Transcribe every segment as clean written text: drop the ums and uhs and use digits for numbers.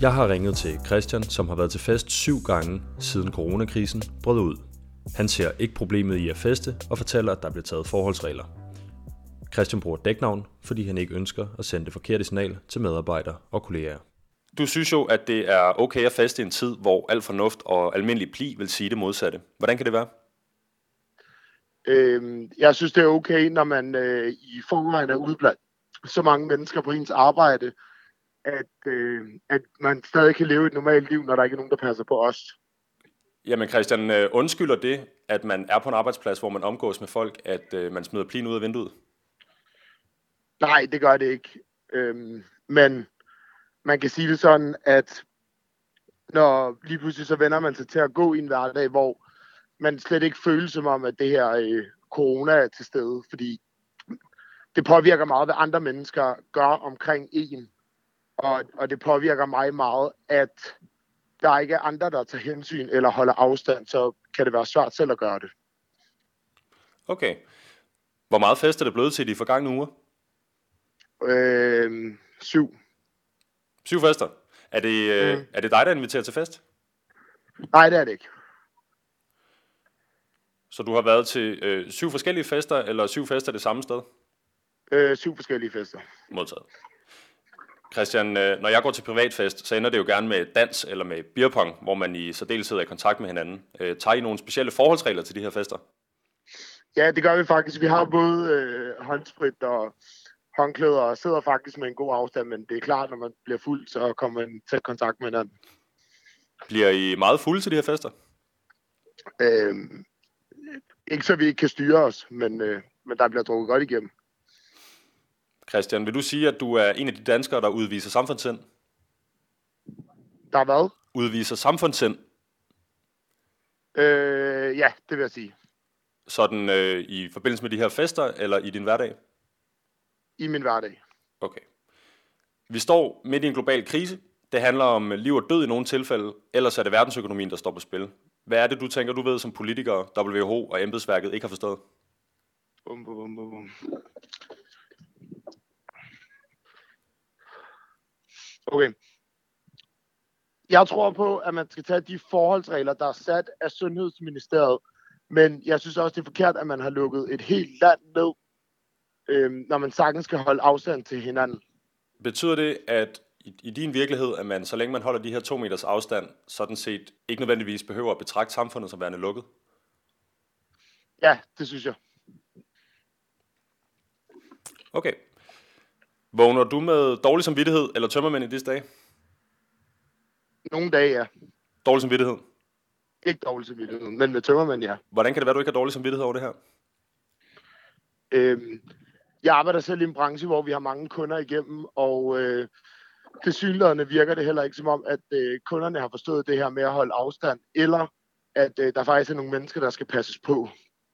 Jeg har ringet til Christian, som har været til fest 7 gange siden coronakrisen brød ud. Han ser ikke problemet i at feste og fortæller, at der bliver taget forholdsregler. Christian bruger dæknavn, fordi han ikke ønsker at sende det forkerte signal til medarbejdere og kolleger. Du synes jo, at det er okay at feste i en tid, hvor al fornuft og almindelig pli vil sige det modsatte. Hvordan kan det være? Jeg synes, det er okay, når man i forvejen er ude blandt så mange mennesker på ens arbejde, at man stadig kan leve et normalt liv, når der ikke er nogen, der passer på os. Jamen Christian, undskylder det, at man er på en arbejdsplads, hvor man omgås med folk, at man smider plin ud af vinduet? Nej, det gør det ikke. Men man kan sige det sådan, at når lige pludselig så vender man sig til at gå i en hverdag, hvor man slet ikke føler som om, at det her corona er til stede, fordi det påvirker meget, hvad andre mennesker gør omkring en. Og det påvirker mig meget, at der ikke er andre, der tager hensyn eller holder afstand, så kan det være svært selv at gøre det. Okay. Hvor meget fest er det blevet til de forgangne uger? 7. 7 fester. Er det dig, der inviterer til fest? Nej, det er det ikke. Så du har været til 7 forskellige fester, eller 7 fester det samme sted? 7 forskellige fester. Modtaget. Christian, når jeg går til privatfest, så ender det jo gerne med dans eller med beerpong, hvor man i særdeleshed er i kontakt med hinanden. Tager I nogle specielle forholdsregler til de her fester? Ja, det gør vi faktisk. Vi har både håndsprit og håndklæder og sidder faktisk med en god afstand, men det er klart, når man bliver fuld, så kommer man til kontakt med hinanden. Bliver I meget fulde til de her fester? Ikke så vi ikke kan styre os, men der bliver drukket godt igennem. Christian, vil du sige, at du er en af de danskere, der udviser samfundssind? Der er hvad? Udviser samfundssind? Ja, det vil jeg sige. Sådan i forbindelse med de her fester, eller i din hverdag? I min hverdag. Okay. Vi står midt i en global krise. Det handler om liv og død i nogle tilfælde, ellers er det verdensøkonomien, der står på spil. Hvad er det, du tænker, du ved som politiker, WHO og embedsværket ikke har forstået? Okay. Jeg tror på, at man skal tage de forholdsregler, der er sat af Sundhedsministeriet, men jeg synes også, det er forkert, at man har lukket et helt land ned, når man sagtens skal holde afstand til hinanden. Betyder det, at i din virkelighed, at man, så længe man holder de her 2 meters afstand, sådan set ikke nødvendigvis behøver at betragte samfundet som værende lukket? Ja, det synes jeg. Okay. Vågner du med dårlig samvittighed eller tømmermænd i disse dage? Nogle dage, ja. Dårlig samvittighed? Ikke dårlig samvittighed, men med tømmermænd, ja. Hvordan kan det være, du ikke har dårlig samvittighed over det her? Jeg arbejder selv i en branche, hvor vi har mange kunder igennem, og tilsyneladende virker det heller ikke som om, at kunderne har forstået det her med at holde afstand, eller at der faktisk er nogle mennesker, der skal passes på.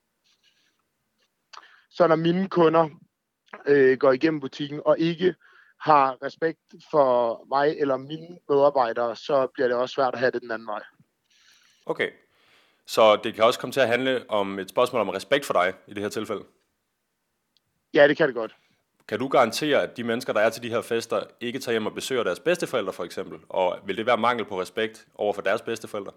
Så når mine kunder går igennem butikken og ikke har respekt for mig eller mine medarbejdere, så bliver det også svært at have det den anden vej. Okay, så det kan også komme til at handle om et spørgsmål om respekt for dig i det her tilfælde? Ja, det kan det godt. Kan du garantere, at de mennesker, der er til de her fester, ikke tager hjem og besøger deres bedsteforældre for eksempel? Og vil det være mangel på respekt over for deres bedsteforældre?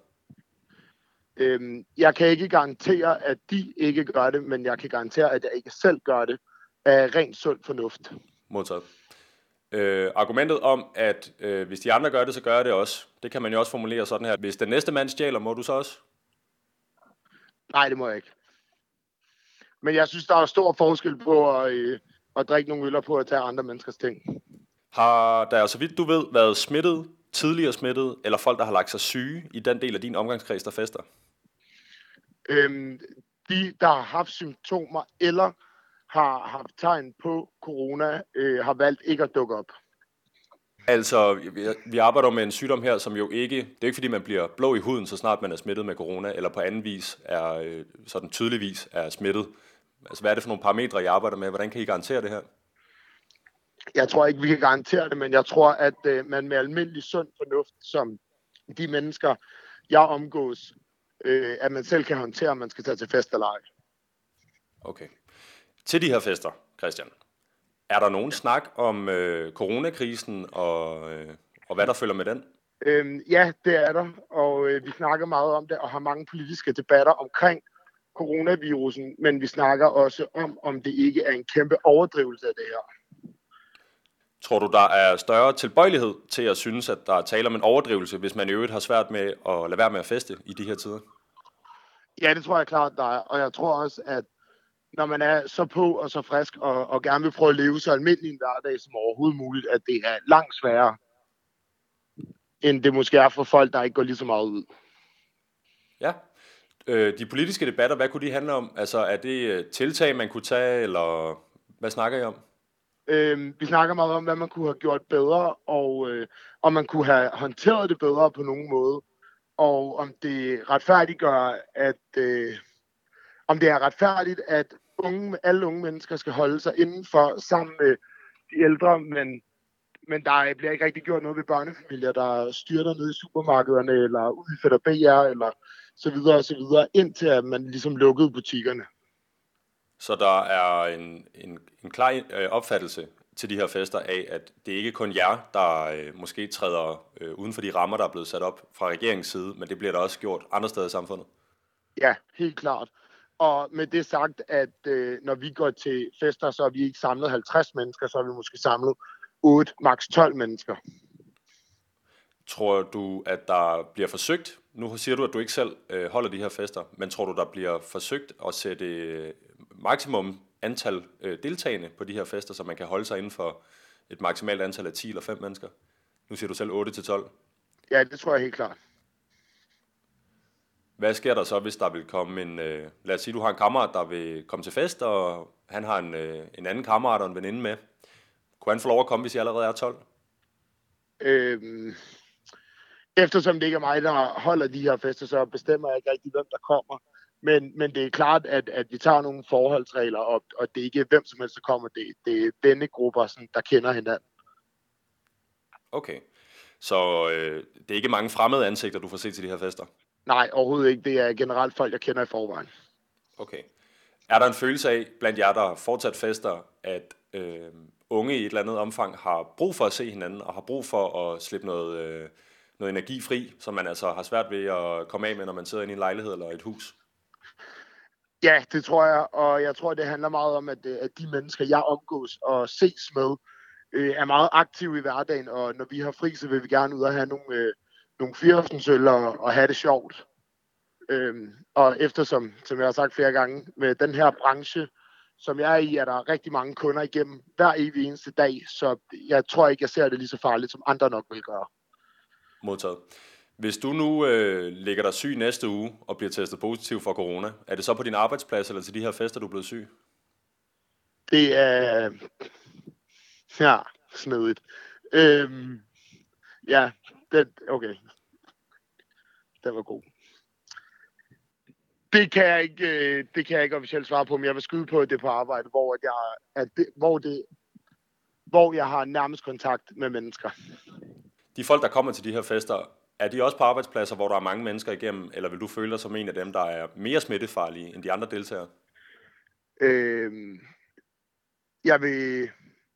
Jeg kan ikke garantere, at de ikke gør det, men jeg kan garantere, at jeg ikke selv gør det af rent sund fornuft. Modtaget. Argumentet om, at hvis de andre gør det, så gør jeg det også. Det kan man jo også formulere sådan her. Hvis den næste mand stjæler, må du så også? Nej, det må jeg ikke. Men jeg synes, der er stor forskel på at drikke nogle øller på at tage andre menneskers ting. Har der, så vidt du ved, været smittet, tidligere smittet, eller folk, der har lagt sig syge i den del af din omgangskreds, der fester? De, der har haft symptomer eller har haft tegn på corona, har valgt ikke at dukke op. Altså, vi arbejder med en sygdom her, som jo ikke... Det er ikke, fordi man bliver blå i huden, så snart man er smittet med corona, eller på anden vis er sådan tydeligvis er smittet. Altså, hvad er det for nogle parametre, I arbejder med? Hvordan kan I garantere det her? Jeg tror ikke, vi kan garantere det, men jeg tror, at man med almindelig sund fornuft, som de mennesker, jeg omgås, at man selv kan håndtere, om man skal tage til fest eller ej. Okay. Til de her fester, Christian, er der nogen snak om coronakrisen og hvad der følger med den? Ja, det er der, og vi snakker meget om det og har mange politiske debatter omkring coronavirusen, men vi snakker også om det ikke er en kæmpe overdrivelse af det her. Tror du, der er større tilbøjelighed til at synes, at der er tale om en overdrivelse, hvis man i øvrigt har svært med at lade være med at feste i de her tider? Ja, det tror jeg klart, der er, og jeg tror også, at når man er så på og så frisk og gerne vil prøve at leve så almindelig en hverdag som overhovedet muligt, at det er langt sværere, end det måske er for folk, der ikke går lige så meget ud. Ja. De politiske debatter, hvad kunne de handle om? Altså, er det tiltag, man kunne tage, eller hvad snakker I om? Vi snakker meget om, hvad man kunne have gjort bedre, og om man kunne have håndteret det bedre på nogen måde, og om det retfærdiggør, om det er retfærdigt, at alle unge mennesker skal holde sig indenfor sammen med de ældre, men der bliver ikke rigtig gjort noget ved børnefamilier, der styrter ned i supermarkederne, eller ud i Fætter BR, eller så videre, indtil at man ligesom lukkede butikkerne. Så der er en klar opfattelse til de her fester af, at det ikke kun jer, der måske træder uden for de rammer, der er blevet sat op fra regeringens side, men det bliver der også gjort andre steder i samfundet? Ja, helt klart. Og med det sagt, at når vi går til fester, så er vi ikke samlet 50 mennesker, så er vi måske samlet 8, maks 12 mennesker. Tror du, at der bliver forsøgt, nu siger du, at du ikke selv holder de her fester, men tror du, der bliver forsøgt at sætte maksimum antal deltagende på de her fester, så man kan holde sig inden for et maksimalt antal af 10 eller 5 mennesker? Nu siger du selv 8 til 12. Ja, det tror jeg helt klart. Hvad sker der så, hvis der vil komme lad os sige, du har en kammerat, der vil komme til fest, og han har en anden kammerat og en veninde med. Kunne han få lov at komme, hvis I allerede er 12? Eftersom det ikke er mig, der holder de her fester, så bestemmer jeg ikke rigtig, hvem der kommer. Men det er klart, at vi tager nogle forholdsregler, og det er ikke hvem som helst, der kommer. Det er vennegrupper, sådan, der kender hinanden. Okay, så det er ikke mange fremmede ansigter, du får set til de her fester? Nej, overhovedet ikke. Det er generelt folk, jeg kender i forvejen. Okay. Er der en følelse af, blandt jer, der fortsat fester, at unge i et eller andet omfang har brug for at se hinanden, og har brug for at slippe noget energi fri, som man altså har svært ved at komme af med, når man sidder inde i en lejlighed eller et hus? Ja, det tror jeg, og jeg tror, det handler meget om, at de mennesker, jeg omgås og ses med, er meget aktive i hverdagen, og når vi har fri, så vil vi gerne ud og have nogle fyrstensøl og have det sjovt. Og eftersom, som jeg har sagt flere gange, med den her branche, som jeg er i, er der rigtig mange kunder igennem hver evig eneste dag, så jeg tror ikke, jeg ser det lige så farligt, som andre nok vil gøre. Modtaget. Hvis du nu ligger dig syg næste uge og bliver testet positiv for corona, er det så på din arbejdsplads eller til de her fester, du er blevet syg? Det er snedigt. Ja, okay. Den var god. Det kan jeg ikke officielt svare på, men jeg vil skyde på, at det er på arbejde, hvor jeg har nærmest kontakt med mennesker. De folk, der kommer til de her fester, er de også på arbejdspladser, hvor der er mange mennesker igennem, eller vil du føle dig som en af dem, der er mere smittefarlige end de andre deltagere? Jeg vil...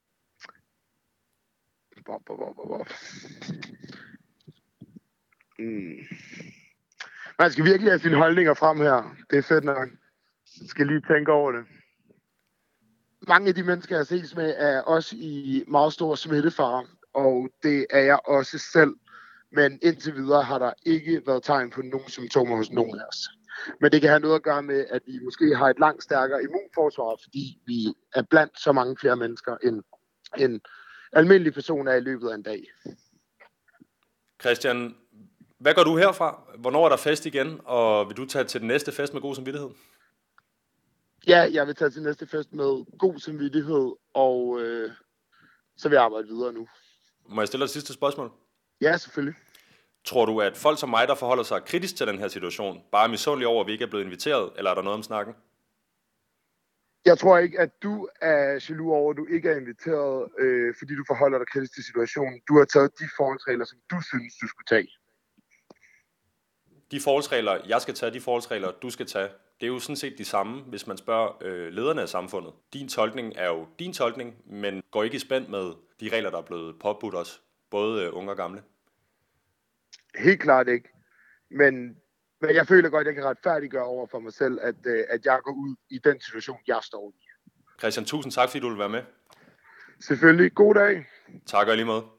Man skal virkelig have sine holdninger frem her. Det er fedt nok. Jeg skal lige tænke over det. Mange af de mennesker, jeg ses med, er også i meget stor smittefare, og det er jeg også selv. Men indtil videre har der ikke været tegn på nogen symptomer hos nogen af os. Men det kan have noget at gøre med, at vi måske har et langt stærkere immunforsvar, fordi vi er blandt så mange flere mennesker, end almindelige personer er i løbet af en dag. Christian, hvad gør du herfra? Hvornår er der fest igen, og vil du tage til den næste fest med god samvittighed? Ja, jeg vil tage til næste fest med god samvittighed, og så vil jeg arbejde videre nu. Må jeg stille dig et sidste spørgsmål? Ja, selvfølgelig. Tror du, at folk som mig, der forholder sig kritisk til den her situation, bare er misundelige over, at vi ikke er blevet inviteret, eller er der noget om snakken? Jeg tror ikke, at du er jaloux over, at du ikke er inviteret, fordi du forholder dig kritisk til situationen. Du har taget de forholdsregler, som du synes, du skulle tage. De forholdsregler, jeg skal tage, de forholdsregler, du skal tage, det er jo sådan set de samme, hvis man spørger lederne af samfundet. Din tolkning er jo din tolkning, men går ikke i spænd med de regler, der er blevet påbudt os, både unge og gamle. Helt klart ikke. Men jeg føler godt, at jeg kan retfærdiggøre over for mig selv, at jeg går ud i den situation, jeg står i. Christian, tusind tak, fordi du vil være med. Selvfølgelig. God dag. Tak og lige måde.